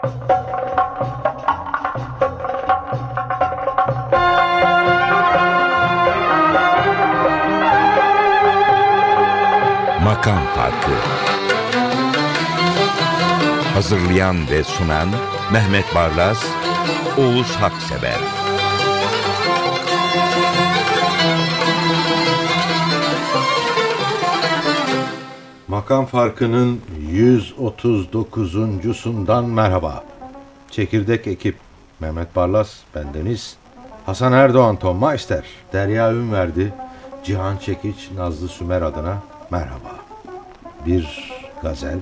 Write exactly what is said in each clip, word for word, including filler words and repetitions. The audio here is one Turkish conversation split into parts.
Makam Farkı. Hazırlayan ve sunan Mehmet Barlas, Oğuz Haksever. Makam Farkı'nın yüz otuz dokuzuncusundan merhaba. Çekirdek ekip Mehmet Barlas, bendeniz. Hasan Erdoğan, Tom Meister, Derya Ünverdi, Cihan Çekiç, Nazlı Sümer adına merhaba. Bir gazel,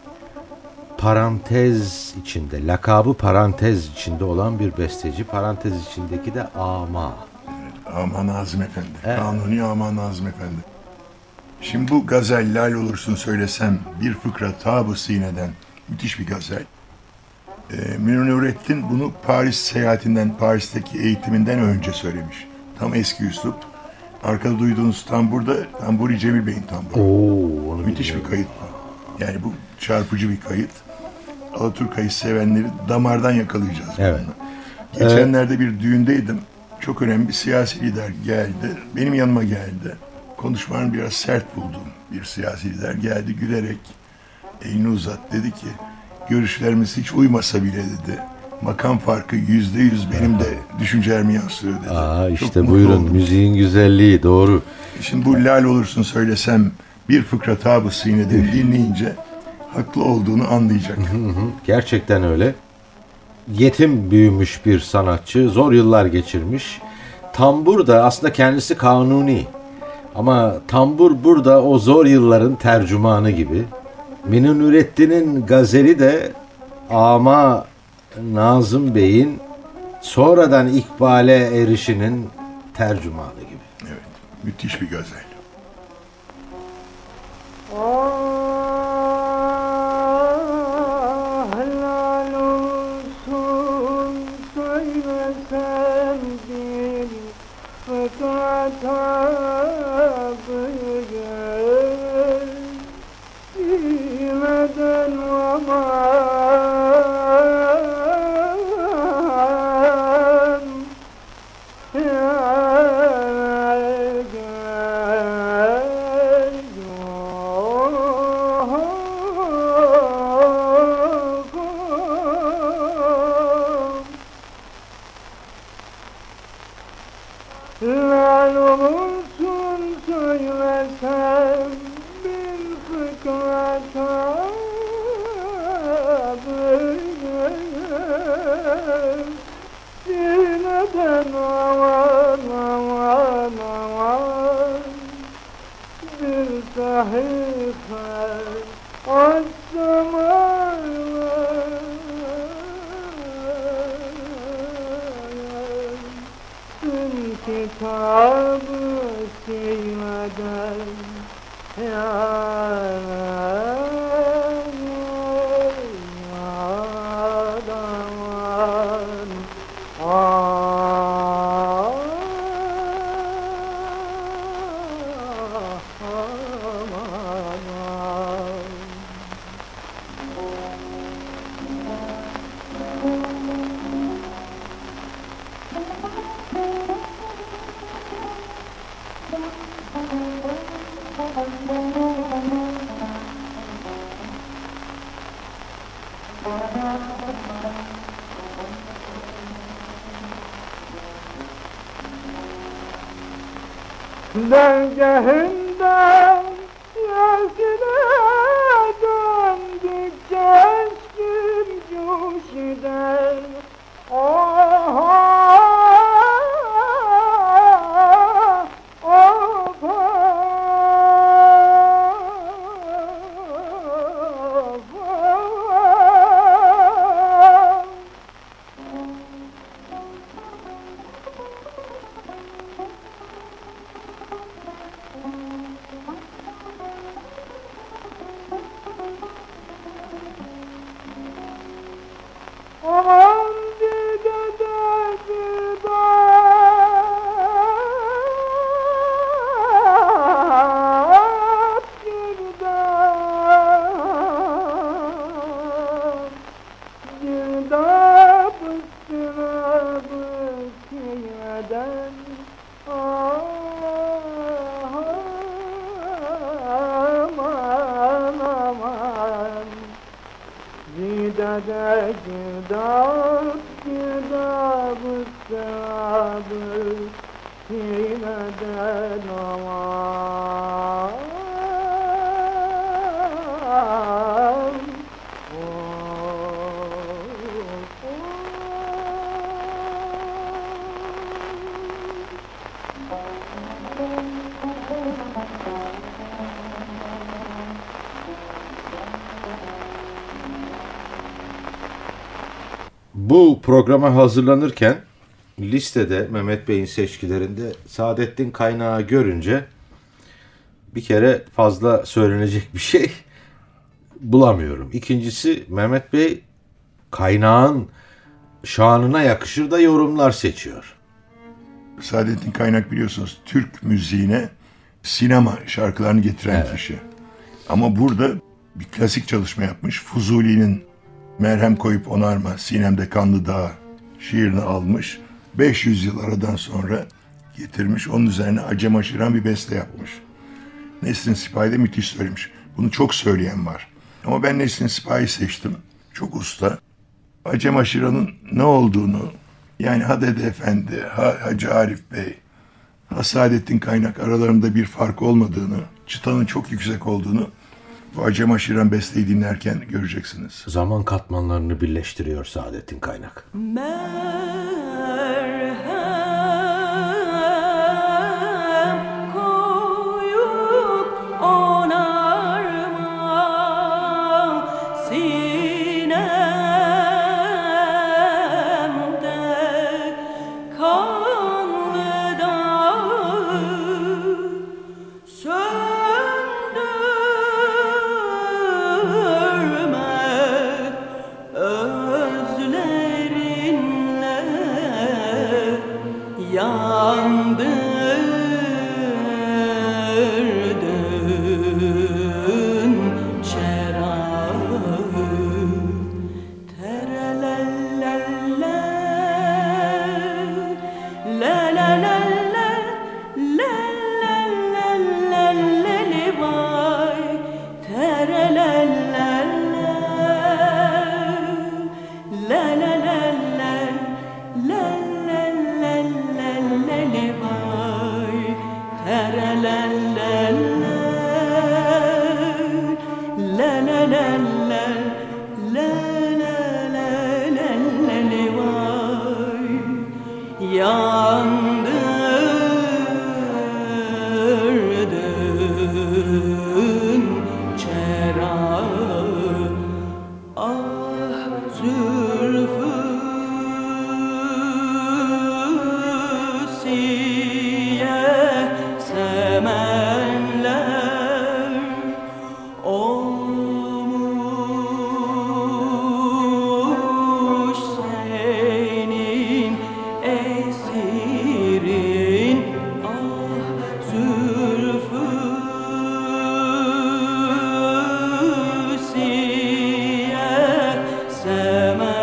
parantez içinde, lakabı parantez içinde olan bir besteci, parantez içindeki de ama. Evet, Ama Nazım Efendi, Evet. Kanuni Ama Nazım Efendi. Şimdi bu gazel lal olursun söylesem bir fıkra ta-bu sineden, müthiş bir gazel. Ee, Münir Nurettin bunu Paris seyahatinden, Paris'teki eğitiminden önce söylemiş. Tam eski üslup. Arkada duyduğunuz tambur da Tamburi Cemil Bey'in tamburu. Oo, onu Müthiş bir bilmiyorum. kayıt bu. Yani bu çarpıcı bir kayıt. Alaturka'yı sevenleri damardan yakalayacağız. Evet. bununla. Geçenlerde bir düğündeydim. Çok önemli bir siyasi lider geldi. Benim yanıma geldi. Konuşmanın biraz sert bulduğum bir siyasi lider geldi gülerek elini uzat, dedi ki görüşlerimiz hiç uymasa bile dedi. Makam farkı yüzde yüz benim de düşüncelerimi yansıyor dedi. Aa, Çok işte mutlu buyurun oldum. müziğin güzelliği, doğru. Şimdi bu lal olursun söylesem bir fıkra ta-bu sineden dinleyince haklı olduğunu anlayacak. Gerçekten öyle. Yetim büyümüş bir sanatçı, zor yıllar geçirmiş. Tambur da aslında kendisi Kanuni. Ama tambur burada o zor yılların tercümanı gibi. Münir Nurettin'in gazeli de ama Nazım Bey'in sonradan ikbale erişinin tercümanı gibi. Evet, müthiş bir gazel. Ah, lal olsun söylesem bir fıkrata bıgır Silmeden aman Yar gel lal olsun söylesem bir fıkrata bıgır Sineden aman aman aman bir sahife açsam ağlar Tüm kitabı silmeden yalan Dergahından yaşına döndükçe aşkım coş eder. Ah, ah, ah, ah, aman bir de derdi dert girdap, girdap. girdap üstüne bükmeden aman aman Zidede girdap girdap üstüne bükmeden aman Bu programa hazırlanırken listede Mehmet Bey'in seçkilerinde Saadettin Kaynağı görünce bir kere fazla söylenecek bir şey bulamıyorum. İkincisi, Mehmet Bey kaynağın şanına yakışır da yorumlar seçiyor. Saadettin Kaynak biliyorsunuz Türk müziğine sinema şarkılarını getiren Evet. kişi. Ama burada bir klasik çalışma yapmış. Fuzuli'nin Merhem Koyup Onarma, Sinemde Kanlı Dağ şiirini almış. beş yüz yıl aradan sonra getirmiş. Onun üzerine acem aşıran bir beste yapmış. Nesrin Sipahi de müthiş söylemiş. Bunu çok söyleyen var. Ama ben Nesrin Sipahi seçtim. Çok usta. Acem aşıranın ne olduğunu, yani ha Dede Efendi, ha Hacı Arif Bey, ha Saadettin Kaynak aralarında bir fark olmadığını, çıtanın çok yüksek olduğunu bu Acem aşıran besteyi dinlerken göreceksiniz. Zaman katmanlarını birleştiriyor Saadettin Kaynak. Merhem koyup onarma sinemde kanlı dağı söndürme özlerinle yandırdın çerağı terelellelle lelelelle lelelelleleleli vay terelellelle lelelelle lelelelleleleli vay terelellelle lelelelle lelelelleleleli vay yandırdın çerağı ah zülfü siye semenler olmuş senin esirin ah zülfü siye semenler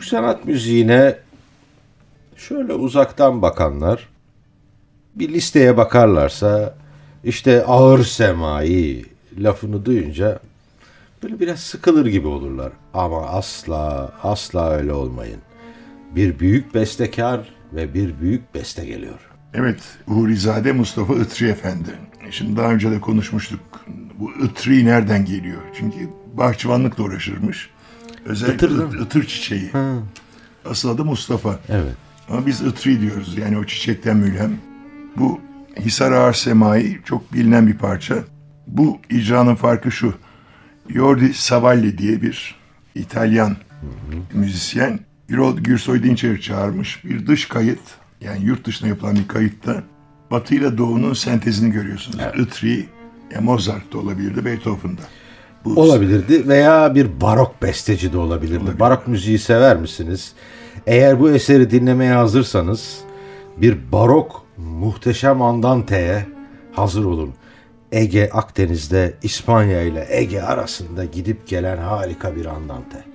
Türk sanat müziğine şöyle uzaktan bakanlar bir listeye bakarlarsa işte ağır semai lafını duyunca böyle biraz sıkılır gibi olurlar. Ama asla asla öyle olmayın. Bir büyük bestekar ve bir büyük beste geliyor. Evet, Uğurizade Mustafa Itri Efendi. Şimdi daha önce de konuşmuştuk. Bu Itri nereden geliyor? Çünkü bahçıvanlıkla uğraşırmış. Özellikle Itır, ıtır, ıtır çiçeği. Ha. Asıl adı Mustafa. Evet. Ama biz Itri diyoruz. Yani o çiçekten mülhem. Bu Hisar Ağır Semai çok bilinen bir parça. Bu icranın farkı şu. Jordi Savalli diye bir İtalyan hı hı. müzisyen Birol Gürsoy Dinçer'i çağırmış. Bir dış kayıt, yani yurt dışına yapılan bir kayıtta Batı ile Doğu'nun sentezini görüyorsunuz. Evet. Itri, yani Mozart da olabilirdi, Beethoven'da. Bu olabilirdi veya bir barok besteci de olabilirdi. Olabilir. Barok müziği sever misiniz? Eğer bu eseri dinlemeye hazırsanız bir barok muhteşem andanteye hazır olun. Ege, Akdeniz'de İspanya ile Ege arasında gidip gelen harika bir andante.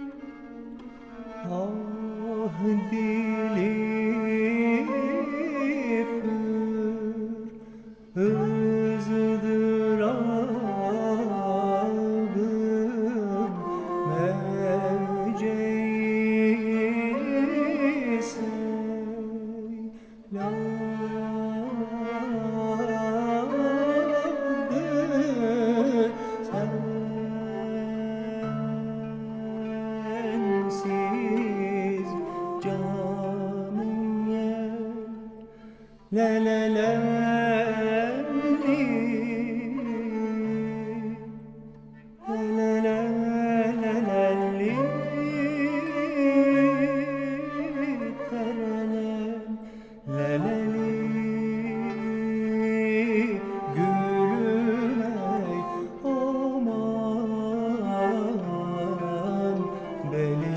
Ah dilip ızdırabım mevceyi seyladı sensiz canım yer la la la li la la la la la li la la la la li gülüm ey aman beli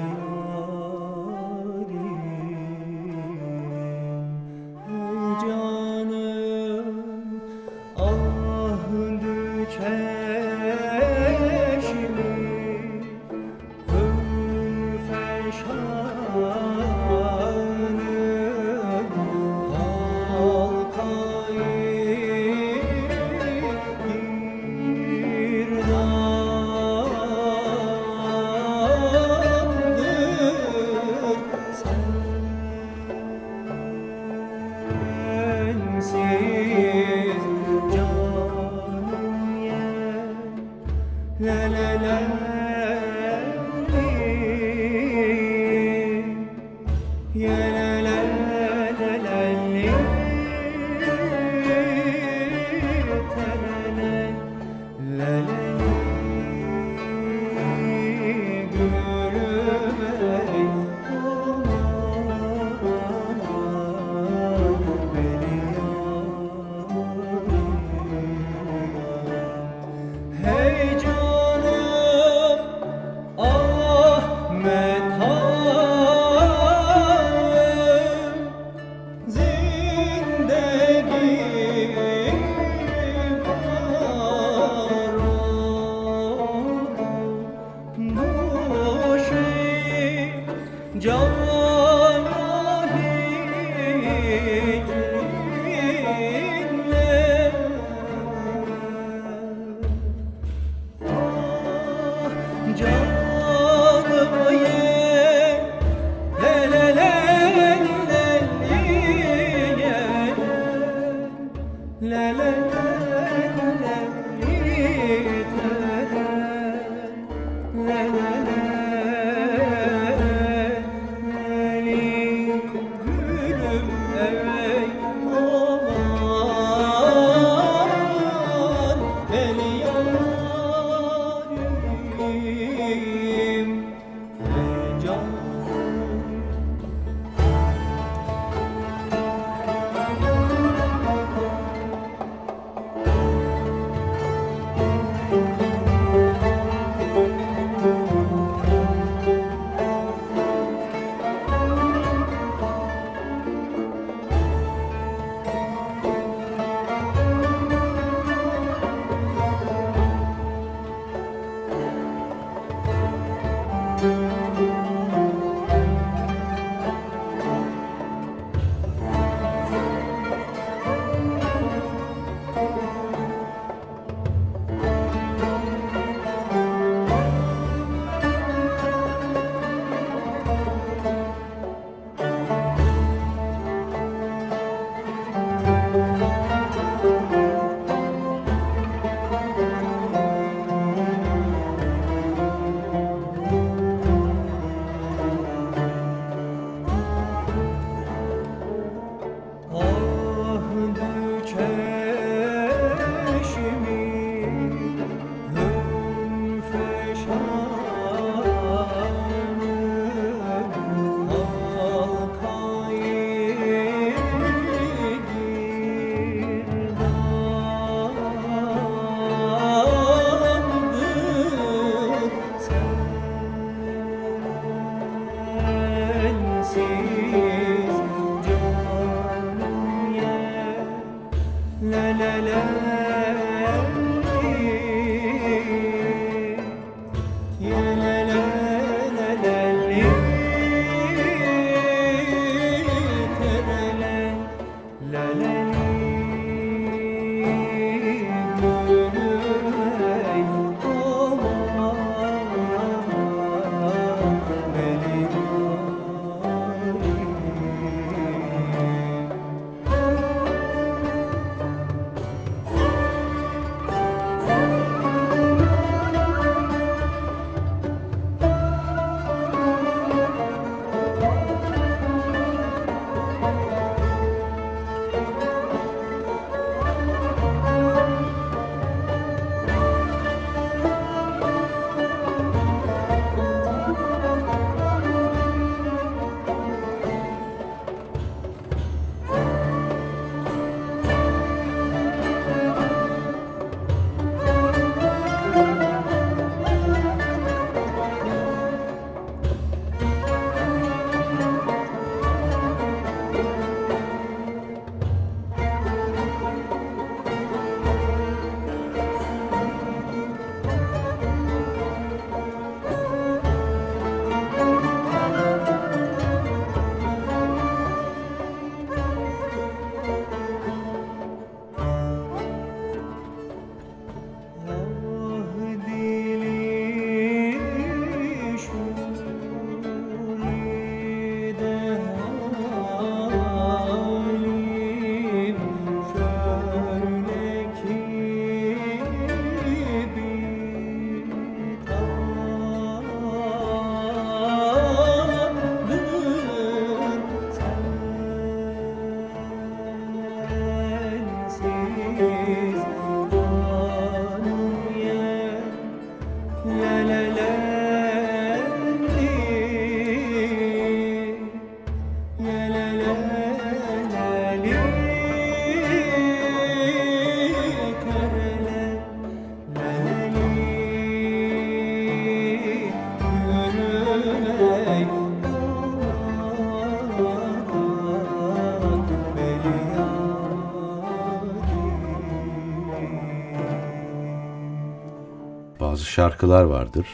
Bazı şarkılar vardır,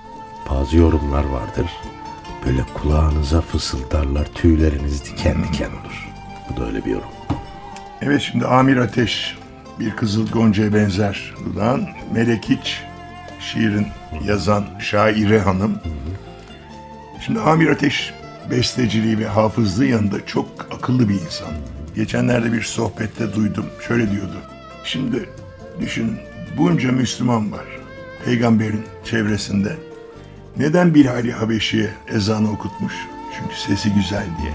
bazı yorumlar vardır. Böyle kulağınıza fısıldarlar, tüyleriniz diken diken olur. Bu da öyle bir yorum. Evet, şimdi Amir Ateş, Bir Kızıl Gonca'ya benzer dudağın, Melekiç, şiirin yazan şaire hanım. Şimdi Amir Ateş besteciliği ve hafızlığı yanında çok akıllı bir insan. Geçenlerde bir sohbette duydum, şöyle diyordu. Şimdi düşün, bunca Müslüman var peygamberin çevresinde. Neden Bilal-i Habeşi'ye ezanı okutmuş? Çünkü sesi güzel diye.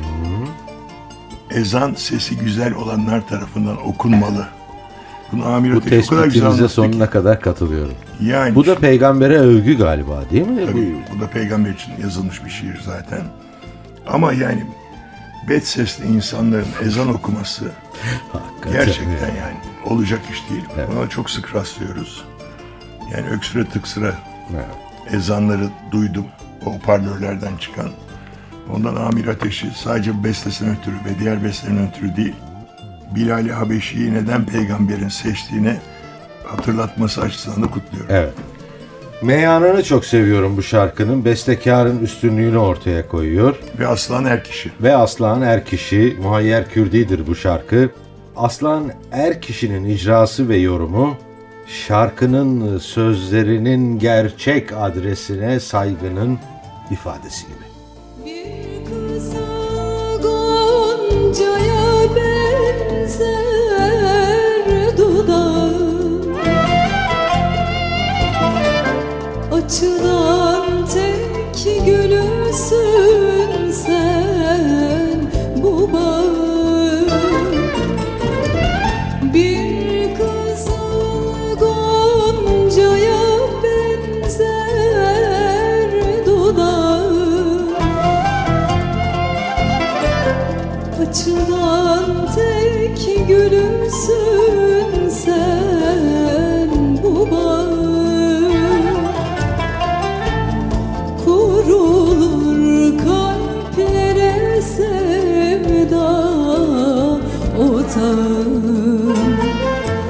Ezan sesi güzel olanlar tarafından okunmalı. Bunu Amir Bu Ateş o kadar güzel tespitinize anlattı sonuna ki. kadar katılıyorum. Yani Bu da peygambere övgü galiba, değil mi? tabii, bu da peygamber için yazılmış bir şiir zaten. Ama yani bet sesli insanların ezan okuması Hakikaten gerçekten yani. yani olacak iş değil. Evet. Buna çok sık rastlıyoruz. Yani öksüre tıksıra Evet. ezanları duydum. O hoparlörlerden çıkan. Ondan Amir Ateş'i sadece bestesinden ötürü ve diğer bestelerinden ötürü değil, Bilal-i Habeşi'yi neden peygamberin seçtiğine hatırlatması açısından da kutluyorum. Evet. Meyanını çok seviyorum bu şarkının. Bestekarın üstünlüğünü ortaya koyuyor. Ve Aslan Erkiş'i. Ve Aslan Erkişi, Muhayyer Kürdi'dir bu şarkı. Aslan Erkişi'nin icrası ve yorumu, şarkının sözlerinin gerçek adresine saygının ifadesi gibi. Bir kızıl goncaya benzer dudağın, açılan tek gülüsün sen bu bağın. Bir kızıl goncaya benzer dudağın, açılan tek gülüsün sen bu bağın. Kurulur kalplere sevda otağın.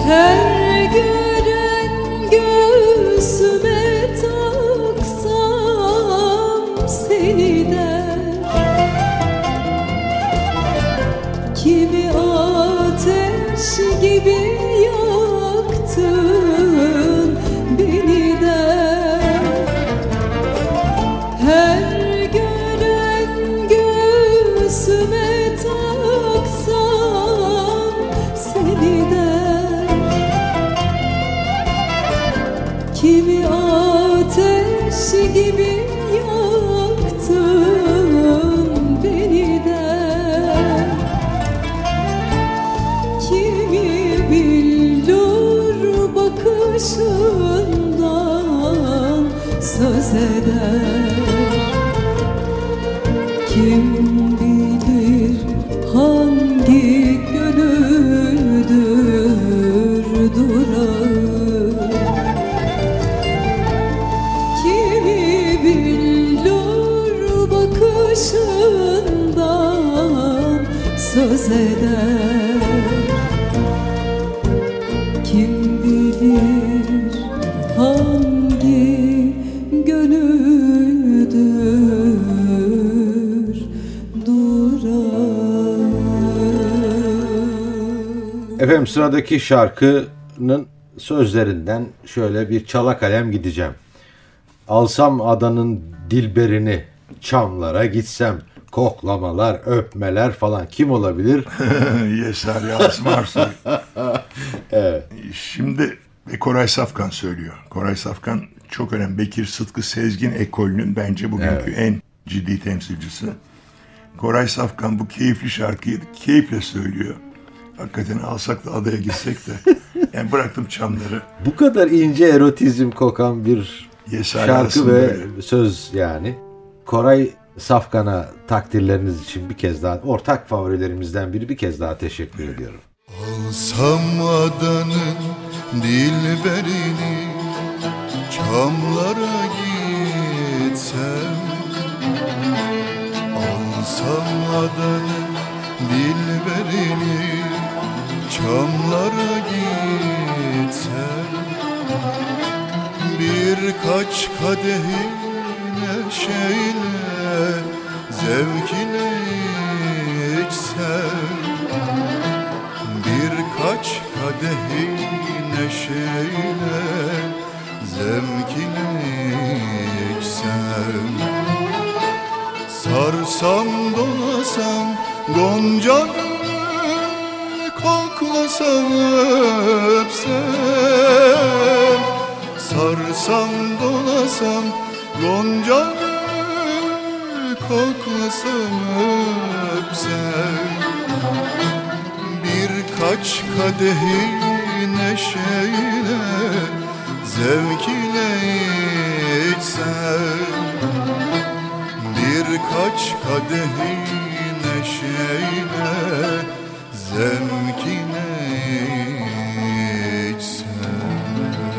Her gören göğsüme taksam seni der. Kimi ateş gibi yaktın beni der. Her gören göğsüme taksam seni der. Kimi ateş gibi yaktın beni der. Kimi billur bakışından söz eder. Kim bilir hangi gönüldür durağı. Kimi billur bakışından söz eder. Kim bilir hangi gönüldür durağı. Efendim sıradaki şarkının sözlerinden şöyle bir çala kalem gideceğim. Alsam adanın dilberini, çamlara gitsem, koklamalar, öpmeler falan kim olabilir? Yeser Yalçın Arsoy. Evet. Şimdi ve Koray Safkan söylüyor. Koray Safkan çok önemli. Bekir Sıtkı Sezgin ekolünün bence bugünkü Evet. en ciddi temsilcisi. Koray Safkan bu keyifli şarkıyı keyifle söylüyor. Hakikaten alsak da adaya gitsek de. Yani bıraktım çamları. Bu kadar ince erotizm kokan bir Yeser şarkı Yalçın ve böyle. söz yani. Koray Safkan'a takdirleriniz için bir kez daha, ortak favorilerimizden biri, bir kez daha teşekkür ediyorum. Alsam adanın dilberini, çamlara gitsem. Alsam adanın dilberini, çamlara gitsem. Birkaç kadehi neşeyle, zevkine içsem. Birkaç kadehi neşeyle, zevkine içsem. Sarsam dolasam gonca gülü, koklasam öpsem. Sarsam dolasam gonca gülü, koklasam öpsem. Birkaç kadehi neşeyle, zevk ile içsem. Birkaç kadehi neşeyle, zevk ile içsem.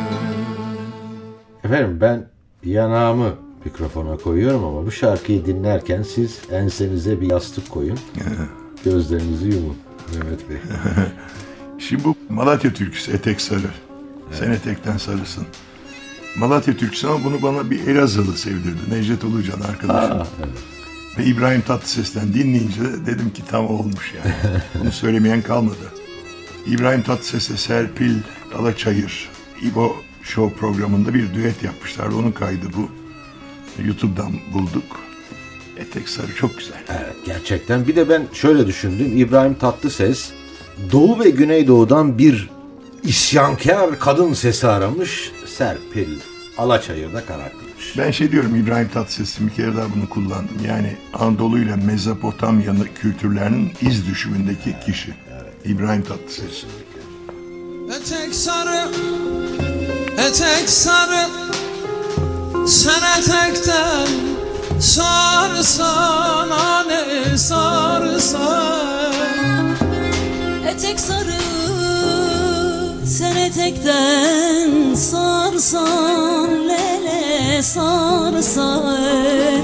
Efendim ben yanağımı mikrofona koyuyorum ama bu şarkıyı dinlerken siz ensenize bir yastık koyun. Gözlerinizi yumun Mehmet Bey. Şimdi bu Malatya türküsü Etek Sarı. Evet. Sen etekten sarısın. Malatya türküsü ama bunu bana bir Elazığlı sevdirdi. Necdet Ulucan arkadaşım. Aa, evet. Ve İbrahim Tatlıses'ten dinleyince dedim ki tam olmuş yani. Bunu söylemeyen kalmadı. İbrahim Tatlıses'le Serpil Alaçayır İbo Show programında bir düet yapmışlar. Onun kaydı bu. YouTube'dan bulduk. Etek Sarı çok güzel. Evet gerçekten. Bir de ben şöyle düşündüm. İbrahim Tatlıses Doğu ve Güneydoğu'dan bir isyankar kadın sesi aramış. Serpil Alaçayır'da karar kılmış. Ben şey diyorum, İbrahim Tatlıses'in bir kere daha bunu kullandım. Yani Anadolu ile Mezopotamya'nın kültürlerinin iz düşümündeki kişi. Evet. İbrahim Tatlıses. Etek sarı, etek sarı, sen etekten sarsana ne sarsan. Etek sarı, sen etekten sarsan, lele sarsan.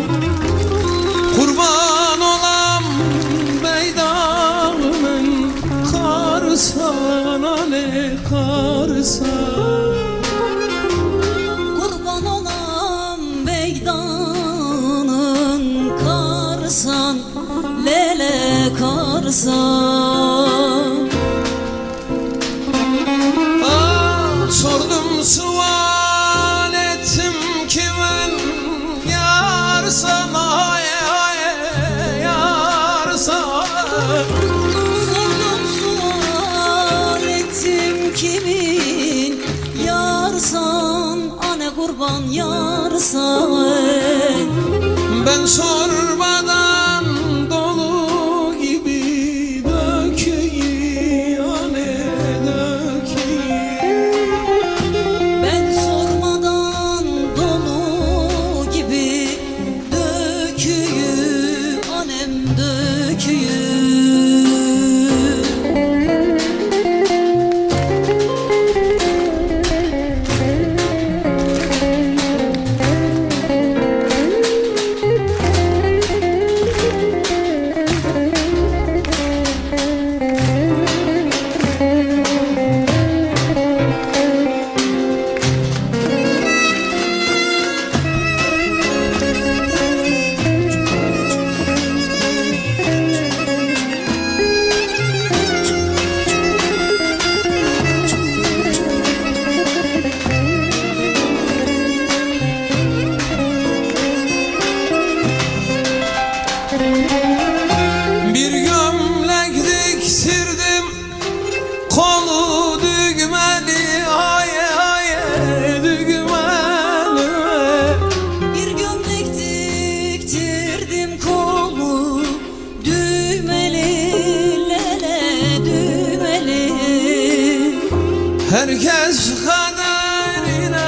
Kurban olam beydağımın karsana ne karsan. Kurban olam beydanın karsan, lele karsan. Ah, sordum sual ettim ki ben yarsan, ay ay yarsan. Sordum sual ettim kimin yarsan, ane kurban yarsan. Ben sormadan dolu gibi dökeyim, ane dökeyim. Ben sormadan dolu gibi döküyüm, anem döküyüm. Bir gömlek diktirdim, kolu düğmeli, ay ay düğmeli. Bir gömlek diktirdim, kolu düğmeli, lele düğmeli. Herkes kaderine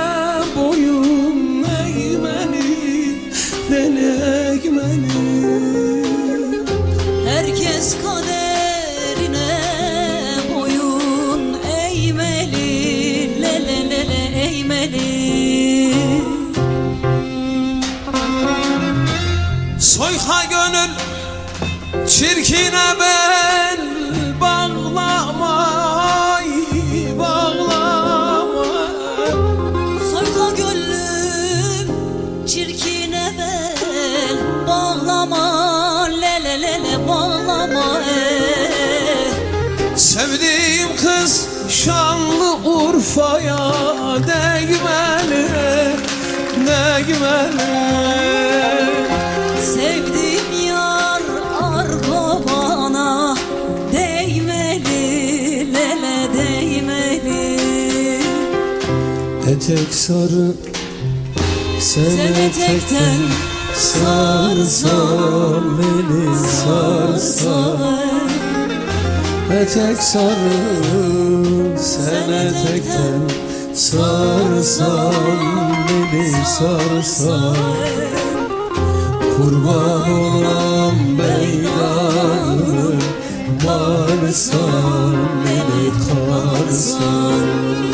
boyun eğmeli, beni eğmeli. Herkes kaderine boyun eğmeli, lele lele eğmeli. Soyka gönül çirkine bel bağlama, ay bağlama. Soyka gönlüm çirkine bel bağlama, lele lele bağlama. eh. Sevdiğim kız Şanlıurfa'ya değmeli, değmeli. Sevdiğim yar Argovana değmeli, lele değmeli. Etek sarı sen Sen etekten sarsan, beni sarsan. Etek sarı sen etekten sarsan, beni sarsan. Kurban olan beydanın varsan, beni karsan.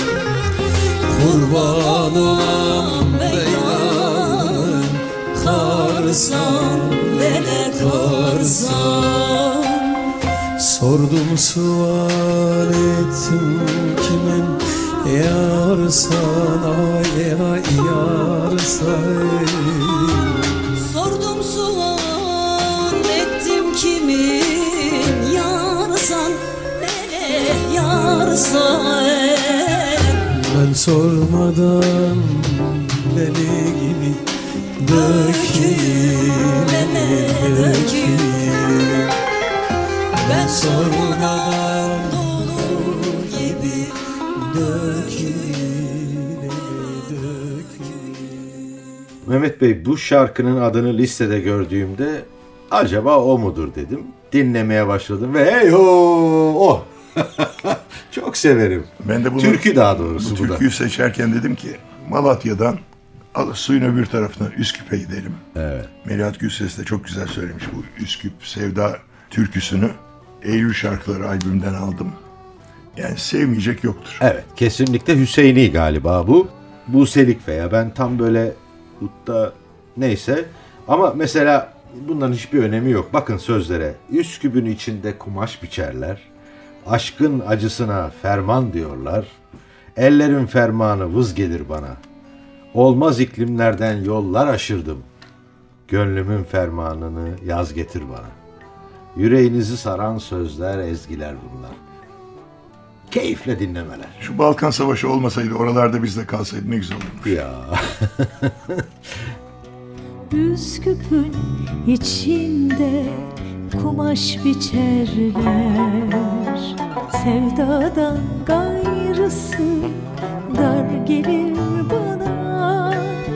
Kurban olan beydanın karsan, beni karsan. Sordum sual ettim kimin yarsan, ay ay yarsan. Sordum sual ettim kimin yarsan, lele yarsan. Ben sormadan deli gibi dökeyim, dökeyim. Ben sormadan dolu gibi dökeyim, dökeyim. Mehmet Bey, bu şarkının adını listede gördüğümde acaba o mudur dedim. Dinlemeye başladım ve hey ho oh. Çok severim. Ben de bunu, türkü daha doğrusu bu bu da. türküyü seçerken dedim ki Malatya'dan al, suyun öbür tarafına Üsküp'e gidelim. Evet. Melahat Gülses de çok güzel söylemiş bu Üsküp Sevda türküsünü. Eylül Şarkıları albümünden aldım. Yani sevmeyecek yoktur. Evet, kesinlikle Hüseyini galiba bu. Buselik veya ben tam böyle utta neyse. Ama mesela bunların hiçbir önemi yok. Bakın sözlere. Üsküp'ün içinde kumaş biçerler. Aşkın acısına ferman diyorlar. Ellerin fermanı vız gelir bana. Olmaz iklimlerden yollar aşırdım. Gönlümün fermanını yaz getir bana. Yüreğinizi saran sözler, ezgiler bunlar. Keyifle dinlemeler. Şu Balkan Savaşı olmasaydı, oralarda biz de kalsaydı ne güzel olurmuş. Ya. Üsküp'ün içinde kumaş biçerler. Sevdadan gayrısı dar gelir bana.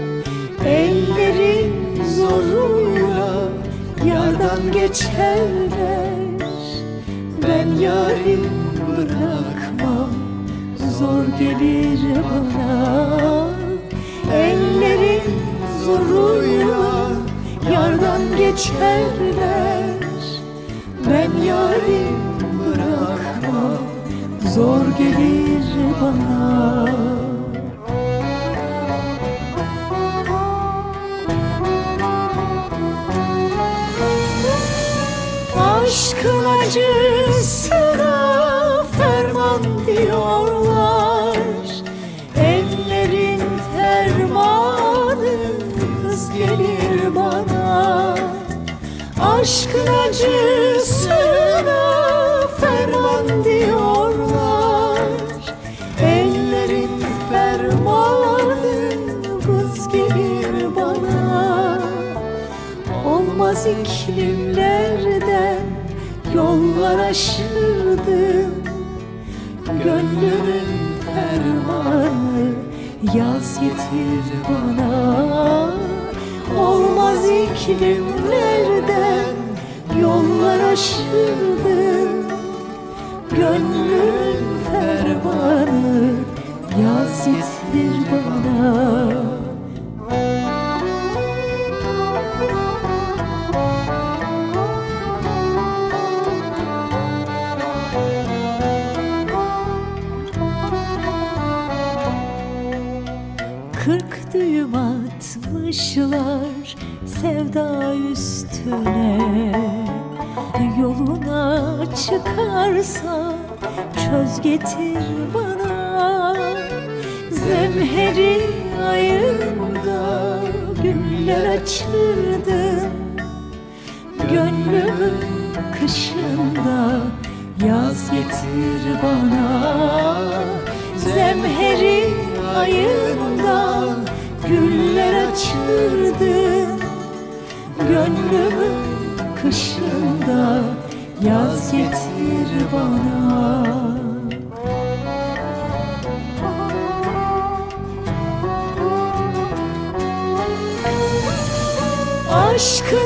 Ellerin zoruyla yardan geçerler. Ben yarim bırakmam, zor gelir bana. Ellerin zoruyla yardan geçerler. Ben yarim bırakmam, zor gelir bana. Aşkın acısına ferman diyorlar. Ellerin fermanı hız gelir bana. Aşkın acısına ferman diyorlar. Ellerin fermanı hız gelir bana. Olmaz iklimlerden yollar aşırdım. Gönlümün fermanı yaz getir bana. Olmaz iklimlerden yollar aşırdım. Gönlümün fermanı yaz getir bana. Kırk düğüm atmışlar sevda üstüne. Yoluna çıkarsa çöz getir bana. Zemheri ayında güller açırdım. Gönlümün kışında yaz getir bana. Zemheri ayında güller açırdım. Gönlümün kışında yaz getir bana. Aşkın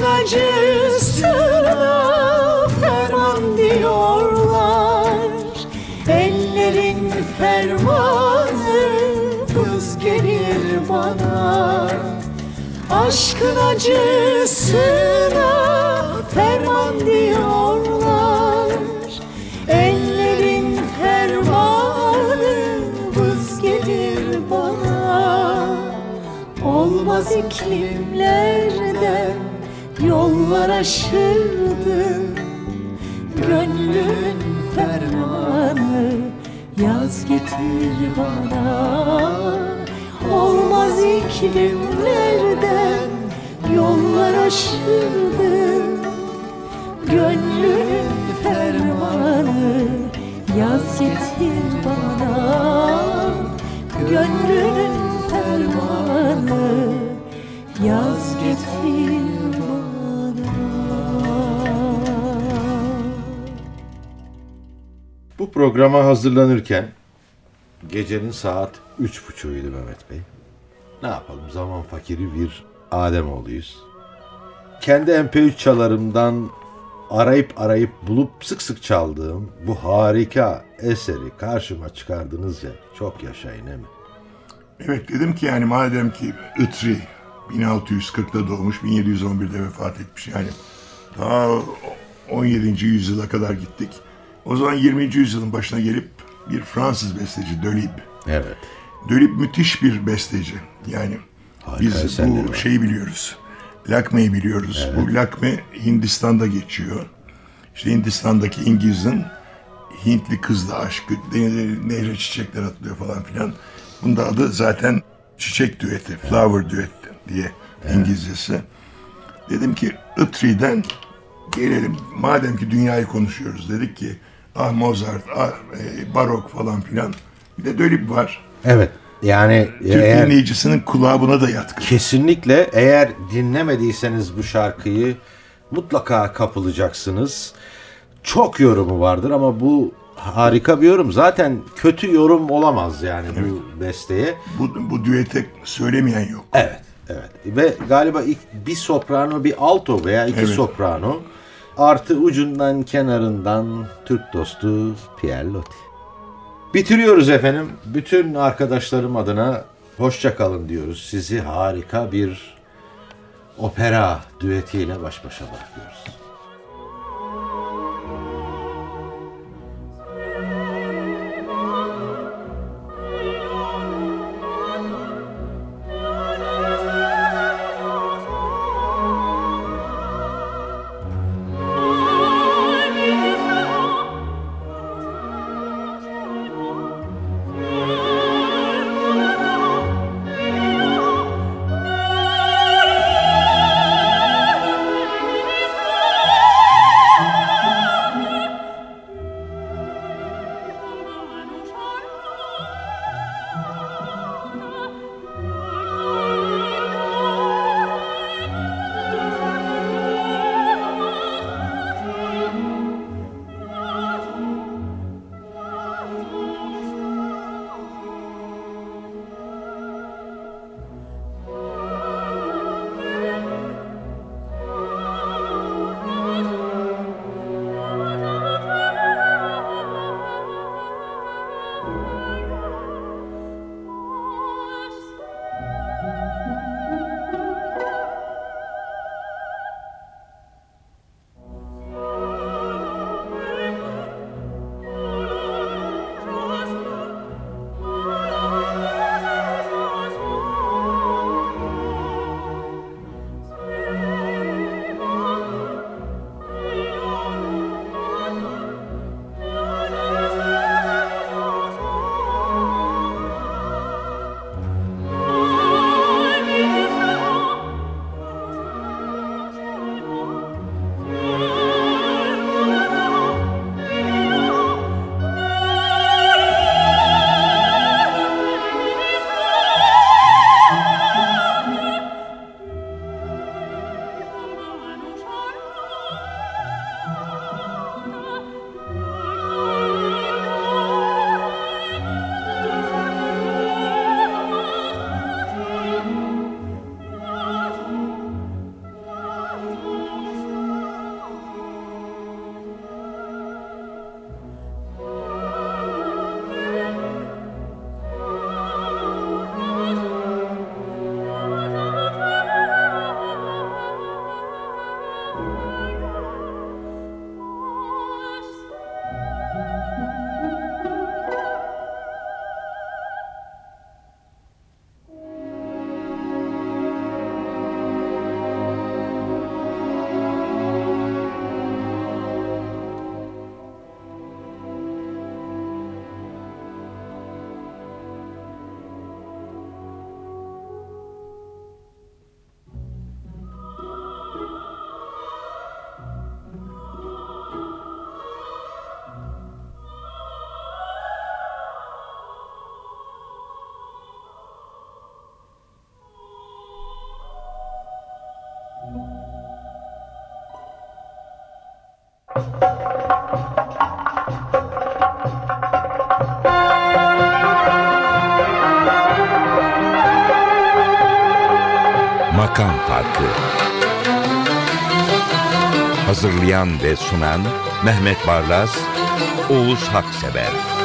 acısına ferman diyorlar. Ellerin fermanı hız gelir bana. Aşkın acısına ferman diyorlar. Ellerin fermanı hız gelir bana. Olmaz iklimlerden yollar aşırdım. Gönlün fermanı yaz getir bana. Olmaz iklimlerden yollar aşırdım. Gönlün fermanı yaz getir bana. Gönlünün fermanı yaz getir bana. Bu programa hazırlanırken gecenin saat üç buçuğuydu Mehmet Bey. Ne yapalım, zaman fakiri bir Ademoğluyuz. Kendi M P üç çalarımdan arayıp arayıp bulup sık sık çaldığım bu harika eseri karşıma çıkardınız ya, çok yaşayın değil mi? Evet, dedim ki yani madem ki Itri bin altı yüz kırkta doğmuş, bin yedi yüz on birde vefat etmiş, yani daha on yedinci yüzyıla kadar gittik. O zaman yirminci yüzyılın başına gelip bir Fransız besteci Delibes. Evet. Delibes müthiş bir besteci. Yani harika, biz bu var. Şeyi biliyoruz. Lakme'yi biliyoruz. Evet. Bu Lakme Hindistan'da geçiyor. İşte Hindistan'daki İngiliz'in Hintli kızla aşkı, nehre, nehre çiçekler atlıyor falan filan. Bunda adı zaten çiçek düeti, flower düet diye İngilizcesi. Dedim ki Itri'den gelelim, madem ki dünyayı konuşuyoruz, dedik ki ah Mozart, ah e, barok falan filan. Bir de Dölip var. Evet. Yani Türk eğer, dinleyicisinin kulağı buna da yatkın. kesinlikle eğer dinlemediyseniz bu şarkıyı mutlaka kapılacaksınız. Çok yorumu vardır ama bu harika bir yorum. Zaten kötü yorum olamaz yani evet. bu besteye. Bu, bu düete söylemeyen yok. Evet, evet. Ve galiba ilk bir soprano, bir alto veya iki evet. soprano artı ucundan kenarından Türk dostu Pierre Loti. Bitiriyoruz efendim. Bütün arkadaşlarım adına hoşça kalın diyoruz. Sizi harika bir opera düetiyle baş başa bırakıyoruz. Makam Farkı. Hazırlayan ve sunan Mehmet Barlas, Oğuz Haksever.